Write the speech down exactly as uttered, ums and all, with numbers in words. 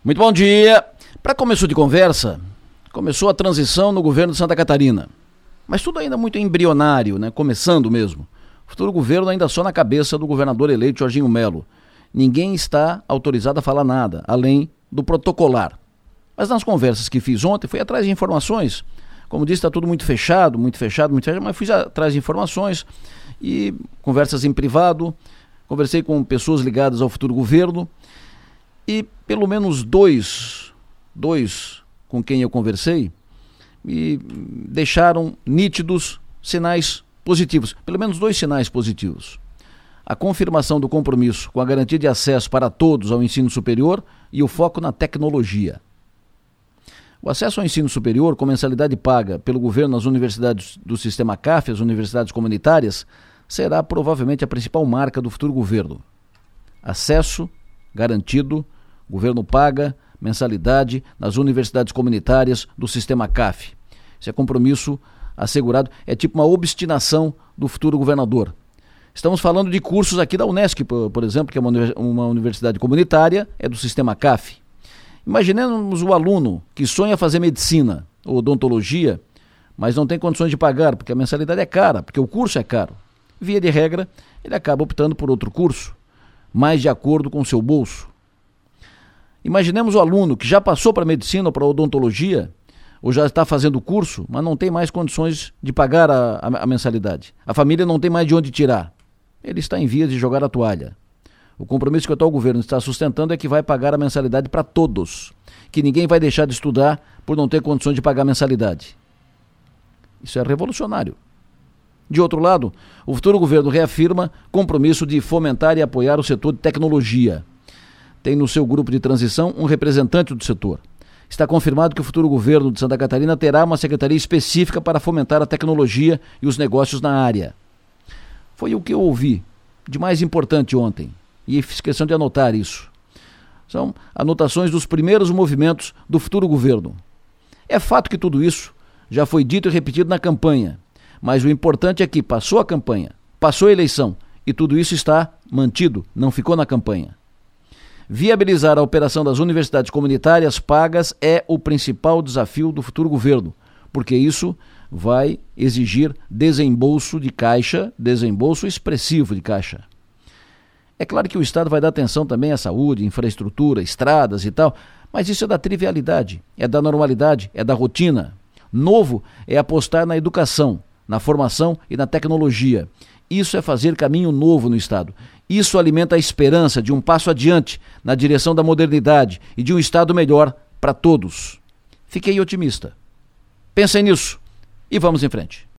Muito bom dia. Para começo de conversa, começou a transição no governo de Santa Catarina. Mas tudo ainda muito embrionário, né? Começando mesmo. O futuro governo ainda só na cabeça do governador eleito Jorginho Melo. Ninguém está autorizado a falar nada, além do protocolar. Mas nas conversas que fiz ontem, fui atrás de informações. Como disse, está tudo muito fechado, muito fechado, muito fechado, mas fui atrás de informações e conversas em privado. Conversei com pessoas ligadas ao futuro governo e pelo menos dois, dois com quem eu conversei, me deixaram nítidos sinais positivos, pelo menos dois sinais positivos. A confirmação do compromisso com a garantia de acesso para todos ao ensino superior e o foco na tecnologia. O acesso ao ensino superior com mensalidade paga pelo governo nas universidades do sistema C A F, as universidades comunitárias, será provavelmente a principal marca do futuro governo. Acesso garantido, governo paga mensalidade nas universidades comunitárias do sistema C A F. Esse é compromisso assegurado, é tipo uma obstinação do futuro governador. Estamos falando de cursos aqui da Unesc, por, por exemplo, que é uma, uma universidade comunitária, é do sistema C A F. Imaginemos o aluno que sonha fazer medicina ou odontologia, mas não tem condições de pagar, porque a mensalidade é cara, porque o curso é caro. Via de regra, ele acaba optando por outro curso, mais de acordo com o seu bolso. Imaginemos o aluno que já passou para medicina ou para odontologia, ou já está fazendo o curso, mas não tem mais condições de pagar a, a, a mensalidade. A família não tem mais de onde tirar. Ele está em vias de jogar a toalha. O compromisso que o atual governo está sustentando é que vai pagar a mensalidade para todos, que ninguém vai deixar de estudar por não ter condições de pagar a mensalidade. Isso é revolucionário. De outro lado, o futuro governo reafirma compromisso de fomentar e apoiar o setor de tecnologia. Tem no seu grupo de transição um representante do setor. Está confirmado que o futuro governo de Santa Catarina terá uma secretaria específica para fomentar a tecnologia e os negócios na área. Foi o que eu ouvi de mais importante ontem, e fiz questão de anotar isso. São anotações dos primeiros movimentos do futuro governo. É fato que tudo isso já foi dito e repetido na campanha, mas o importante é que passou a campanha, passou a eleição, e tudo isso está mantido, não ficou na campanha. Viabilizar a operação das universidades comunitárias pagas é o principal desafio do futuro governo, porque isso vai exigir desembolso de caixa, desembolso expressivo de caixa. É claro que o Estado vai dar atenção também à saúde, infraestrutura, estradas e tal, mas isso é da trivialidade, é da normalidade, é da rotina. Novo é apostar na educação, na formação e na tecnologia. Isso é fazer caminho novo no Estado. Isso alimenta a esperança de um passo adiante na direção da modernidade e de um Estado melhor para todos. Fiquei otimista. Pensem nisso e vamos em frente.